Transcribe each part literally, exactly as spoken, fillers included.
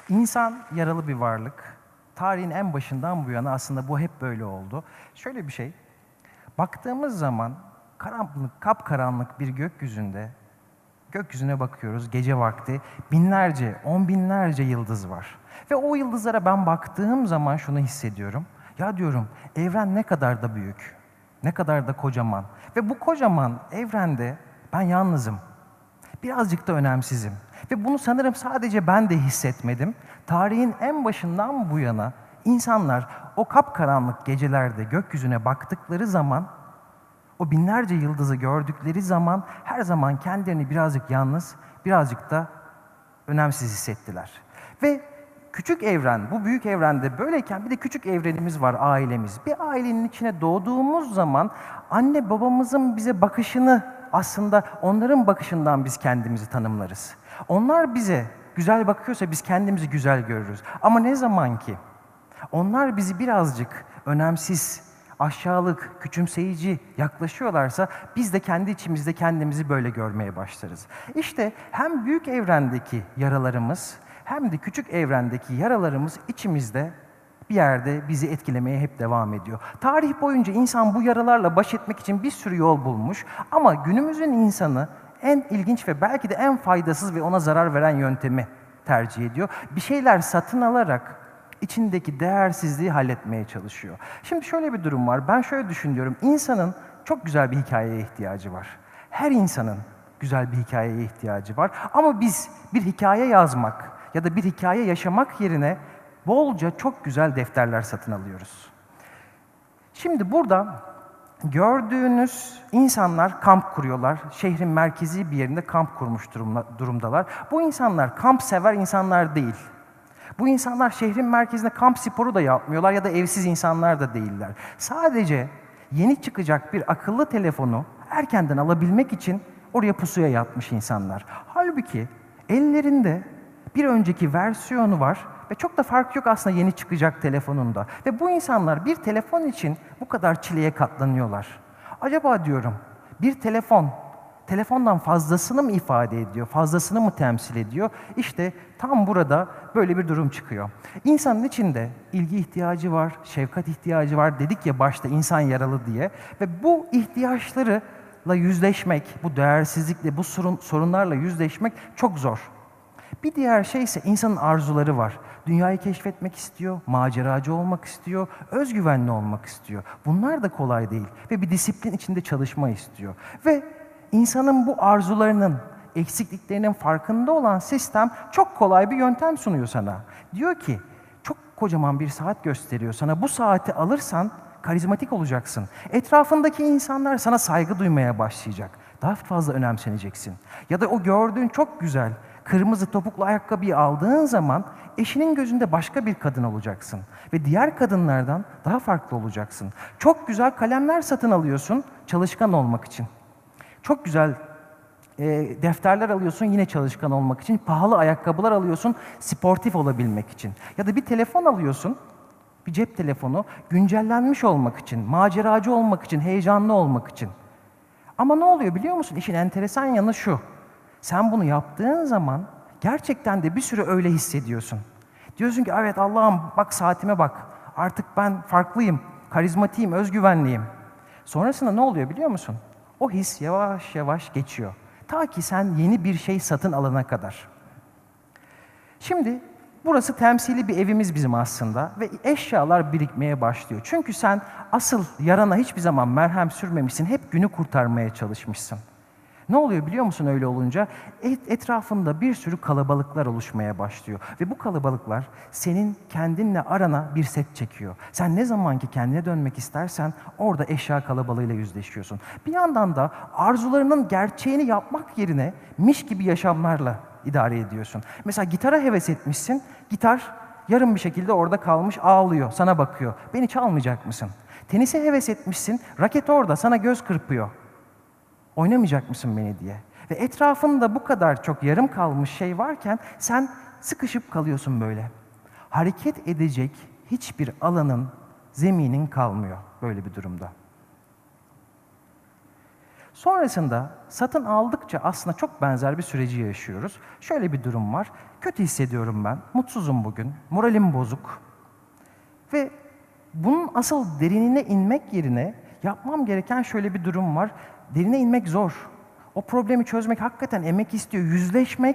İnsan yaralı bir varlık. Tarihin en başından bu yana aslında bu hep böyle oldu. Şöyle bir şey, baktığımız zaman karanlık, kapkaranlık bir gökyüzünde, gökyüzüne bakıyoruz gece vakti, binlerce, on binlerce yıldız var. Ve o yıldızlara ben baktığım zaman şunu hissediyorum. Ya diyorum, evren ne kadar da büyük, ne kadar da kocaman. Ve bu kocaman evrende ben yalnızım. Birazcık da önemsizim. Ve bunu sanırım sadece ben de hissetmedim. Tarihin en başından bu yana insanlar o kapkaranlık gecelerde gökyüzüne baktıkları zaman, o binlerce yıldızı gördükleri zaman her zaman kendilerini birazcık yalnız, birazcık da önemsiz hissettiler. Ve küçük evren, bu büyük evrende böyleyken bir de küçük evrenimiz var, ailemiz. Bir ailenin içine doğduğumuz zaman anne babamızın bize bakışını aslında onların bakışından biz kendimizi tanımlarız. Onlar bize güzel bakıyorsa biz kendimizi güzel görürüz. Ama ne zaman ki onlar bizi birazcık önemsiz, aşağılık, küçümseyici yaklaşıyorlarsa biz de kendi içimizde kendimizi böyle görmeye başlarız. İşte hem büyük evrendeki yaralarımız hem de küçük evrendeki yaralarımız içimizde bir yerde bizi etkilemeye hep devam ediyor. Tarih boyunca insan bu yaralarla baş etmek için bir sürü yol bulmuş ama günümüzün insanı en ilginç ve belki de en faydasız ve ona zarar veren yöntemi tercih ediyor. Bir şeyler satın alarak içindeki değersizliği halletmeye çalışıyor. Şimdi şöyle bir durum var. Ben şöyle düşünüyorum. İnsanın çok güzel bir hikayeye ihtiyacı var. Her insanın güzel bir hikayeye ihtiyacı var. Ama biz bir hikaye yazmak ya da bir hikaye yaşamak yerine bolca çok güzel defterler satın alıyoruz. Şimdi burada gördüğünüz insanlar kamp kuruyorlar. Şehrin merkezi bir yerinde kamp kurmuş durumdalar. Bu insanlar kamp sever insanlar değil. Bu insanlar şehrin merkezinde kamp sporu da yapmıyorlar ya da evsiz insanlar da değiller. Sadece yeni çıkacak bir akıllı telefonu erkenden alabilmek için oraya pusuya yatmış insanlar. Halbuki ellerinde bir önceki versiyonu var ve çok da fark yok aslında yeni çıkacak telefonunda. Ve bu insanlar bir telefon için bu kadar çileye katlanıyorlar. Acaba diyorum bir telefon, telefondan fazlasını mı ifade ediyor, fazlasını mı temsil ediyor? İşte tam burada böyle bir durum çıkıyor. İnsanın içinde ilgi ihtiyacı var, şefkat ihtiyacı var. Dedik ya başta insan yaralı diye. Ve bu ihtiyaçlarla yüzleşmek, bu değersizlikle, bu sorun, sorunlarla yüzleşmek çok zor. Bir diğer şey ise insanın arzuları var. Dünyayı keşfetmek istiyor, maceracı olmak istiyor, özgüvenli olmak istiyor. Bunlar da kolay değil ve bir disiplin içinde çalışma istiyor. Ve insanın bu arzularının, eksikliklerinin farkında olan sistem çok kolay bir yöntem sunuyor sana. Diyor ki, çok kocaman bir saat gösteriyor sana. Bu saati alırsan karizmatik olacaksın. Etrafındaki insanlar sana saygı duymaya başlayacak. Daha fazla önemseneceksin. Ya da o gördüğün çok güzel kırmızı topuklu ayakkabıyı aldığın zaman eşinin gözünde başka bir kadın olacaksın. Ve diğer kadınlardan daha farklı olacaksın. Çok güzel kalemler satın alıyorsun çalışkan olmak için. Çok güzel e, defterler alıyorsun yine çalışkan olmak için. Pahalı ayakkabılar alıyorsun sportif olabilmek için. Ya da bir telefon alıyorsun, bir cep telefonu güncellenmiş olmak için, maceracı olmak için, heyecanlı olmak için. Ama ne oluyor biliyor musun? İşin enteresan yanı şu. Sen bunu yaptığın zaman gerçekten de bir süre öyle hissediyorsun. Diyorsun ki evet Allah'ım bak saatime bak. Artık ben farklıyım, karizmatiyim, özgüvenliyim. Sonrasında ne oluyor biliyor musun? O his yavaş yavaş geçiyor. Ta ki sen yeni bir şey satın alana kadar. Şimdi burası temsili bir evimiz bizim aslında ve eşyalar birikmeye başlıyor. Çünkü sen asıl yarana hiçbir zaman merhem sürmemişsin, hep günü kurtarmaya çalışmışsın. Ne oluyor biliyor musun öyle olunca? Et, etrafında bir sürü kalabalıklar oluşmaya başlıyor. Ve bu kalabalıklar senin kendinle arana bir set çekiyor. Sen ne zaman ki kendine dönmek istersen orada eşya kalabalığıyla yüzleşiyorsun. Bir yandan da arzularının gerçeğini yapmak yerine miş gibi yaşamlarla idare ediyorsun. Mesela gitara heves etmişsin, gitar yarım bir şekilde orada kalmış ağlıyor, sana bakıyor. Beni çalmayacak mısın? Tenise heves etmişsin, raket orada sana göz kırpıyor. Oynamayacak mısın beni diye. Ve etrafında bu kadar çok yarım kalmış şey varken sen sıkışıp kalıyorsun böyle. Hareket edecek hiçbir alanın, zeminin kalmıyor böyle bir durumda. Sonrasında satın aldıkça aslında çok benzer bir süreci yaşıyoruz. Şöyle bir durum var. Kötü hissediyorum ben, mutsuzum bugün, moralim bozuk. Ve bunun asıl derinine inmek yerine yapmam gereken şöyle bir durum var. Derine inmek zor. O problemi çözmek hakikaten emek istiyor. Yüzleşmek,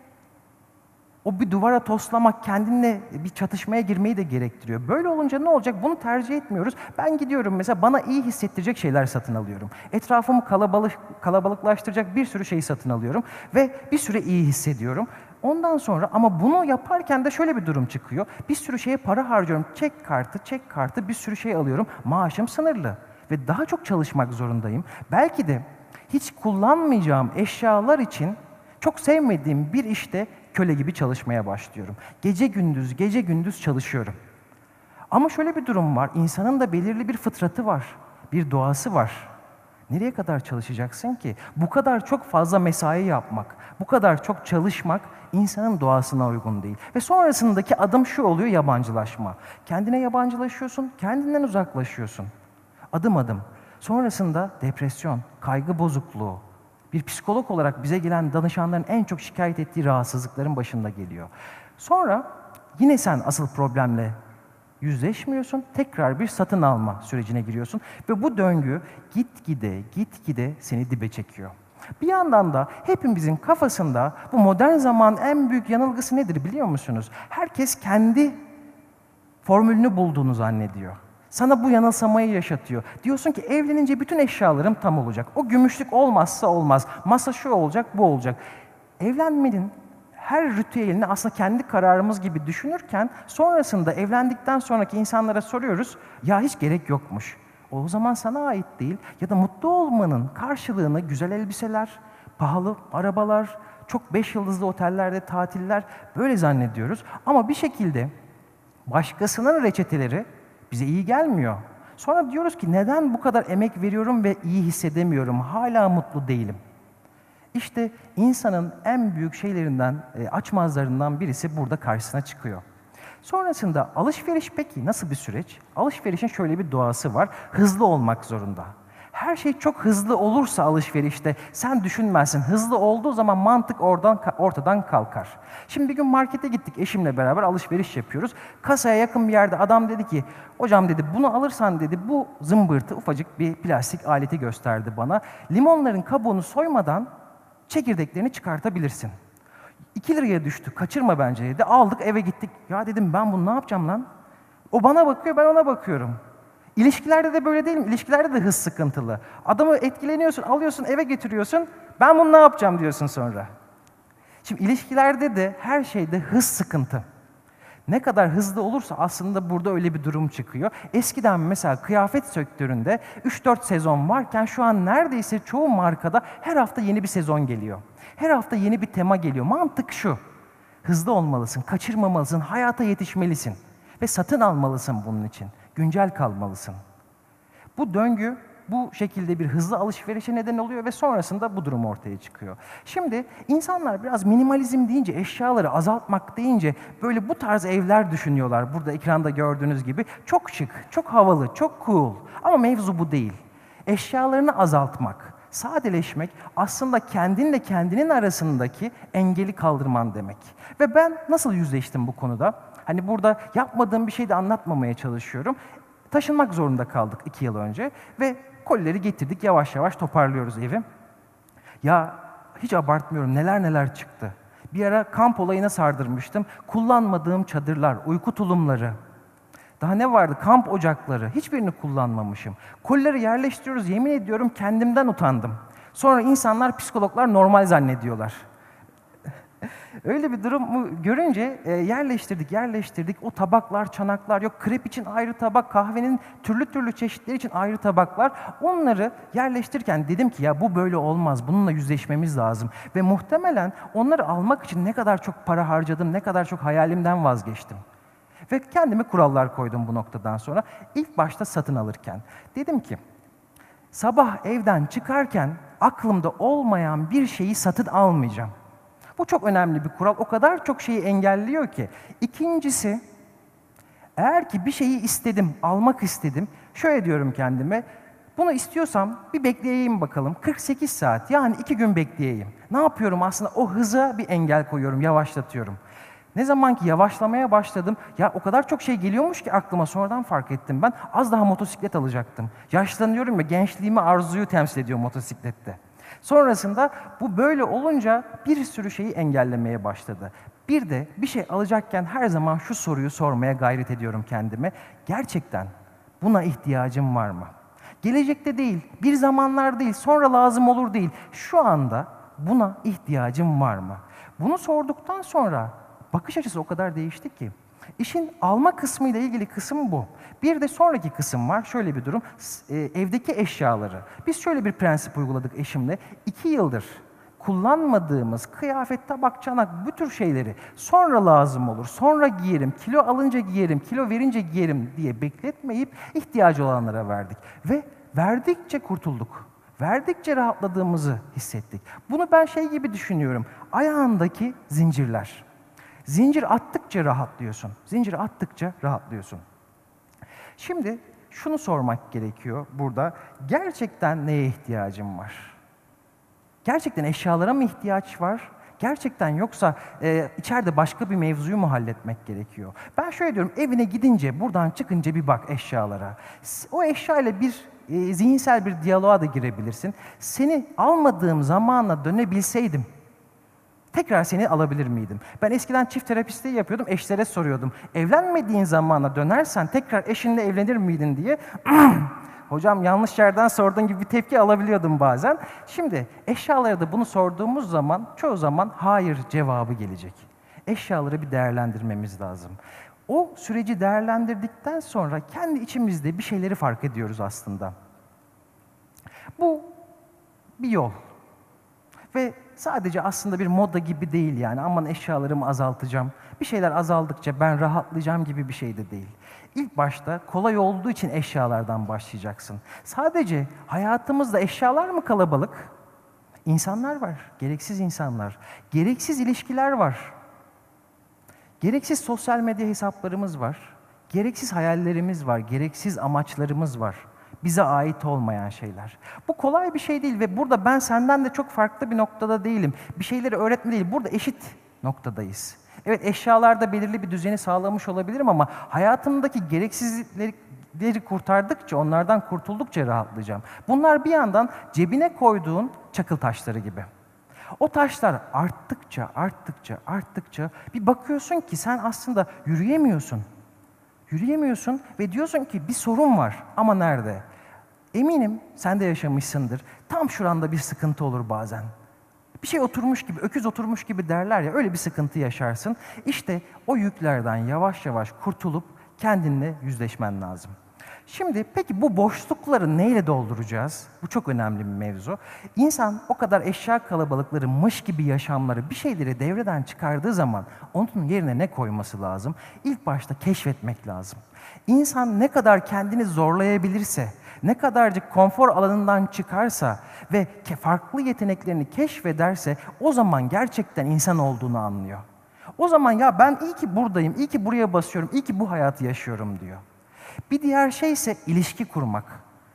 o bir duvara toslamak, kendinle bir çatışmaya girmeyi de gerektiriyor. Böyle olunca ne olacak? Bunu tercih etmiyoruz. Ben gidiyorum mesela bana iyi hissettirecek şeyler satın alıyorum. Etrafımı kalabalık, kalabalıklaştıracak bir sürü şey satın alıyorum ve bir süre iyi hissediyorum. Ondan sonra ama bunu yaparken de şöyle bir durum çıkıyor. Bir sürü şeye para harcıyorum. Çek kartı, çek kartı, bir sürü şey alıyorum. Maaşım sınırlı ve daha çok çalışmak zorundayım. Belki de hiç kullanmayacağım eşyalar için çok sevmediğim bir işte köle gibi çalışmaya başlıyorum. Gece gündüz, gece gündüz çalışıyorum. Ama şöyle bir durum var. İnsanın da belirli bir fıtratı var. Bir doğası var. Nereye kadar çalışacaksın ki? Bu kadar çok fazla mesai yapmak, bu kadar çok çalışmak insanın doğasına uygun değil. Ve sonrasındaki adım şu oluyor, yabancılaşma. Kendine yabancılaşıyorsun, kendinden uzaklaşıyorsun. Adım adım. Sonrasında depresyon, kaygı bozukluğu. Bir psikolog olarak bize gelen danışanların en çok şikayet ettiği rahatsızlıkların başında geliyor. Sonra yine sen asıl problemle yüzleşmiyorsun, tekrar bir satın alma sürecine giriyorsun ve bu döngü gitgide, gitgide seni dibe çekiyor. Bir yandan da hepimizin kafasında bu modern zamanın en büyük yanılgısı nedir biliyor musunuz? Herkes kendi formülünü bulduğunu zannediyor. Sana bu yanılsamayı yaşatıyor. Diyorsun ki evlenince bütün eşyalarım tam olacak. O gümüşlük olmazsa olmaz. Masa şu olacak, bu olacak. Evlenmenin her ritüelini aslında kendi kararımız gibi düşünürken sonrasında evlendikten sonraki insanlara soruyoruz. Ya hiç gerek yokmuş. O zaman sana ait değil. Ya da mutlu olmanın karşılığını güzel elbiseler, pahalı arabalar, çok beş yıldızlı otellerde tatiller böyle zannediyoruz. Ama bir şekilde başkasının reçeteleri bize iyi gelmiyor. Sonra diyoruz ki neden bu kadar emek veriyorum ve iyi hissedemiyorum, hala mutlu değilim. İşte insanın en büyük şeylerinden, açmazlarından birisi burada karşısına çıkıyor. Sonrasında alışveriş peki nasıl bir süreç? Alışverişin şöyle bir doğası var, hızlı olmak zorunda. Her şey çok hızlı olursa alışverişte sen düşünmezsin. Hızlı olduğu zaman mantık oradan ortadan kalkar. Şimdi bir gün markete gittik eşimle beraber alışveriş yapıyoruz. Kasaya yakın bir yerde adam dedi ki, hocam dedi bunu alırsan dedi bu zımbırtı ufacık bir plastik aleti gösterdi bana. Limonların kabuğunu soymadan çekirdeklerini çıkartabilirsin. İki liraya düştü, kaçırma bence dedi. Aldık eve gittik. Ya dedim ben bunu ne yapacağım lan? O bana bakıyor, ben ona bakıyorum. İlişkilerde de böyle değil mi? İlişkilerde de hız sıkıntılı. Adamı etkileniyorsun, alıyorsun, eve getiriyorsun. Ben bunu ne yapacağım diyorsun sonra. Şimdi ilişkilerde de her şeyde hız sıkıntı. Ne kadar hızlı olursa aslında burada öyle bir durum çıkıyor. Eskiden mesela kıyafet sektöründe üç dört sezon varken şu an neredeyse çoğu markada her hafta yeni bir sezon geliyor. Her hafta yeni bir tema geliyor. Mantık şu. Hızlı olmalısın, kaçırmamalısın, hayata yetişmelisin. Ve satın almalısın bunun için. Güncel kalmalısın. Bu döngü bu şekilde bir hızlı alışverişe neden oluyor ve sonrasında bu durum ortaya çıkıyor. Şimdi insanlar biraz minimalizm deyince, eşyaları azaltmak deyince böyle bu tarz evler düşünüyorlar. Burada ekranda gördüğünüz gibi çok şık, çok havalı, çok cool. Ama mevzu bu değil. Eşyalarını azaltmak, sadeleşmek aslında kendinle kendinin arasındaki engeli kaldırman demek. Ve ben nasıl yüzleştim bu konuda? Hani burada yapmadığım bir şey de anlatmamaya çalışıyorum. Taşınmak zorunda kaldık iki yıl önce ve kolileri getirdik, yavaş yavaş toparlıyoruz evi. Ya hiç abartmıyorum, neler neler çıktı. Bir ara kamp olayına sardırmıştım. Kullanmadığım çadırlar, uyku tulumları. Daha ne vardı? Kamp ocakları. Hiçbirini kullanmamışım. Kolileri yerleştiriyoruz, yemin ediyorum kendimden utandım. Sonra insanlar, psikologlar normal zannediyorlar. Öyle bir durumu görünce e, yerleştirdik, yerleştirdik. O tabaklar, çanaklar, yok krep için ayrı tabak, kahvenin türlü türlü çeşitleri için ayrı tabaklar. Onları yerleştirirken dedim ki ya bu böyle olmaz, bununla yüzleşmemiz lazım. Ve muhtemelen onları almak için ne kadar çok para harcadım, ne kadar çok hayalimden vazgeçtim. Ve kendime kurallar koydum bu noktadan sonra. İlk başta satın alırken. Dedim ki, sabah evden çıkarken aklımda olmayan bir şeyi satın almayacağım. Bu çok önemli bir kural. O kadar çok şeyi engelliyor ki. İkincisi, eğer ki bir şeyi istedim, almak istedim, şöyle diyorum kendime, Bunu istiyorsam bir bekleyeyim bakalım. kırk sekiz saat, yani iki gün bekleyeyim. Ne yapıyorum aslında? O hıza bir engel koyuyorum, yavaşlatıyorum. Ne zaman ki yavaşlamaya başladım, ya o kadar çok şey geliyormuş ki aklıma, sonradan fark ettim ben. Az daha motosiklet alacaktım. Yaşlanıyorum ve gençliğimi, arzuyu temsil ediyor motosiklette. Sonrasında bu böyle olunca bir sürü şeyi engellemeye başladı. Bir de bir şey alacakken her zaman şu soruyu sormaya gayret ediyorum kendime. Gerçekten buna ihtiyacım var mı? Gelecekte değil, bir zamanlar değil, sonra lazım olur değil. Şu anda buna ihtiyacım var mı? Bunu sorduktan sonra bakış açısı o kadar değişti ki. İşin alma kısmıyla ilgili kısım bu. Bir de sonraki kısım var. Şöyle bir durum. E, evdeki eşyaları. Biz şöyle bir prensip uyguladık eşimle. İki yıldır kullanmadığımız kıyafet, tabak, çanak, bu tür şeyleri sonra lazım olur, sonra giyerim, kilo alınca giyerim, kilo verince giyerim diye bekletmeyip ihtiyacı olanlara verdik. Ve verdikçe kurtulduk. Verdikçe rahatladığımızı hissettik. Bunu ben şey gibi düşünüyorum. Ayağındaki zincirler. Zincir attıkça rahatlıyorsun. Zincir attıkça rahatlıyorsun. Şimdi şunu sormak gerekiyor burada. Gerçekten neye ihtiyacım var? Gerçekten eşyalara mı ihtiyaç var? Gerçekten, yoksa e, içeride başka bir mevzuyu mu halletmek gerekiyor? Ben şöyle diyorum, evine gidince, buradan çıkınca bir bak eşyalara. O eşyayla bir e, zihinsel bir diyaloğa da girebilirsin. Seni almadığım zamana dönebilseydim, tekrar seni alabilir miydim? Ben eskiden çift terapistliği yapıyordum, eşlere soruyordum. Evlenmediğin zamana dönersen tekrar eşinle evlenir miydin diye. Hocam yanlış yerden sorduğun gibi bir tepki alabiliyordum bazen. Şimdi eşyalara da bunu sorduğumuz zaman çoğu zaman hayır cevabı gelecek. Eşyaları bir değerlendirmemiz lazım. O süreci değerlendirdikten sonra kendi içimizde bir şeyleri fark ediyoruz aslında. Bu bir yol. Ve sadece aslında bir moda gibi değil yani, aman eşyalarımı azaltacağım, bir şeyler azaldıkça ben rahatlayacağım gibi bir şey de değil. İlk başta kolay olduğu için eşyalardan başlayacaksın. Sadece hayatımızda eşyalar mı kalabalık? İnsanlar var, gereksiz insanlar, gereksiz ilişkiler var, gereksiz sosyal medya hesaplarımız var, gereksiz hayallerimiz var, gereksiz amaçlarımız var. Bize ait olmayan şeyler. Bu kolay bir şey değil ve burada ben senden de çok farklı bir noktada değilim. Bir şeyleri öğretme değil, burada eşit noktadayız. Evet, eşyalarda belirli bir düzeni sağlamış olabilirim ama hayatımdaki gereksizlikleri kurtardıkça, onlardan kurtuldukça rahatlayacağım. Bunlar bir yandan cebine koyduğun çakıl taşları gibi. O taşlar arttıkça, arttıkça, arttıkça bir bakıyorsun ki sen aslında yürüyemiyorsun. Yürüyemiyorsun ve diyorsun ki bir sorun var ama nerede? Eminim sen de yaşamışsındır. Tam şuranda bir sıkıntı olur bazen. Bir şey oturmuş gibi, öküz oturmuş gibi derler ya, öyle bir sıkıntı yaşarsın. İşte o yüklerden yavaş yavaş kurtulup kendinle yüzleşmen lazım. Şimdi peki bu boşlukları neyle dolduracağız? Bu çok önemli bir mevzu. İnsan o kadar eşya kalabalıkları, mış gibi yaşamları, bir şeyleri devreden çıkardığı zaman onun yerine ne koyması lazım? İlk başta keşfetmek lazım. İnsan ne kadar kendini zorlayabilirse, ne kadarcık konfor alanından çıkarsa ve farklı yeteneklerini keşfederse o zaman gerçekten insan olduğunu anlıyor. O zaman ya ben iyi ki buradayım, iyi ki buraya basıyorum, iyi ki bu hayatı yaşıyorum diyor. Bir diğer şey ise ilişki kurmak.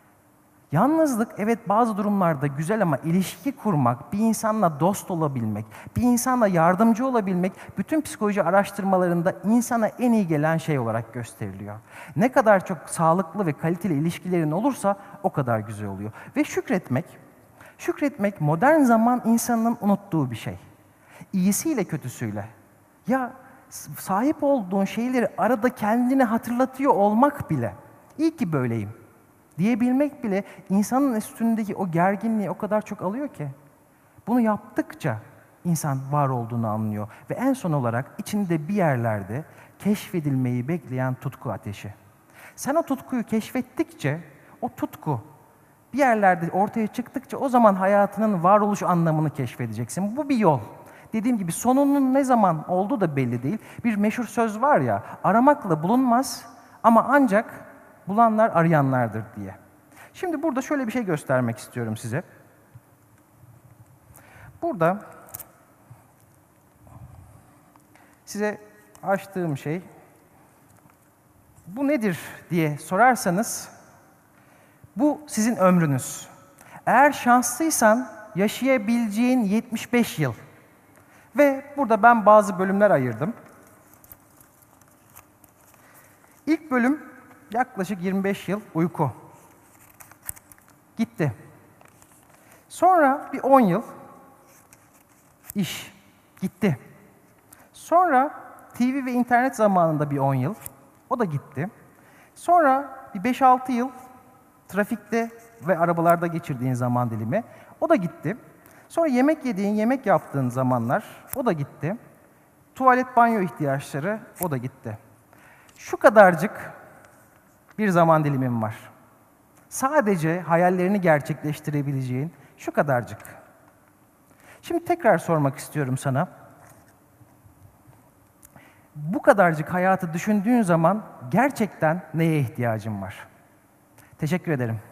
Yalnızlık evet bazı durumlarda güzel ama ilişki kurmak, bir insanla dost olabilmek, bir insanla yardımcı olabilmek bütün psikoloji araştırmalarında insana en iyi gelen şey olarak gösteriliyor. Ne kadar çok sağlıklı ve kaliteli ilişkilerin olursa o kadar güzel oluyor. Ve şükretmek, şükretmek modern zaman insanının unuttuğu bir şey. İyisiyle kötüsüyle. Ya sahip olduğun şeyleri arada kendine hatırlatıyor olmak bile, iyi ki böyleyim diyebilmek bile insanın üstündeki o gerginliği o kadar çok alıyor ki. Bunu yaptıkça insan var olduğunu anlıyor ve en son olarak içinde bir yerlerde keşfedilmeyi bekleyen tutku ateşi. Sen o tutkuyu keşfettikçe, o tutku bir yerlerde ortaya çıktıkça o zaman hayatının varoluş anlamını keşfedeceksin. Bu bir yol. Dediğim gibi sonunun ne zaman olduğu da belli değil. Bir meşhur söz var ya, aramakla bulunmaz ama ancak bulanlar arayanlardır diye. Şimdi burada şöyle bir şey göstermek istiyorum size. Burada size açtığım şey, bu nedir diye sorarsanız, Bu sizin ömrünüz. Eğer şanslıysan yaşayabileceğin yetmiş beş yıl. Ve burada ben bazı bölümler ayırdım. İlk bölüm yaklaşık yirmi beş yıl uyku. Gitti. Sonra bir on yıl iş. Gitti. Sonra T V ve internet zamanında bir on yıl. O da gitti. Sonra bir beş altı yıl trafikte ve arabalarda geçirdiğin zaman dilimi. O da gitti. Sonra yemek yediğin, yemek yaptığın zamanlar. O da gitti. Tuvalet, banyo ihtiyaçları. O da gitti. Şu kadarcık bir zaman dilimim var. Sadece hayallerini gerçekleştirebileceğin şu kadarcık. Şimdi tekrar sormak istiyorum sana. Bu kadarcık hayatı düşündüğün zaman gerçekten neye ihtiyacın var? Teşekkür ederim.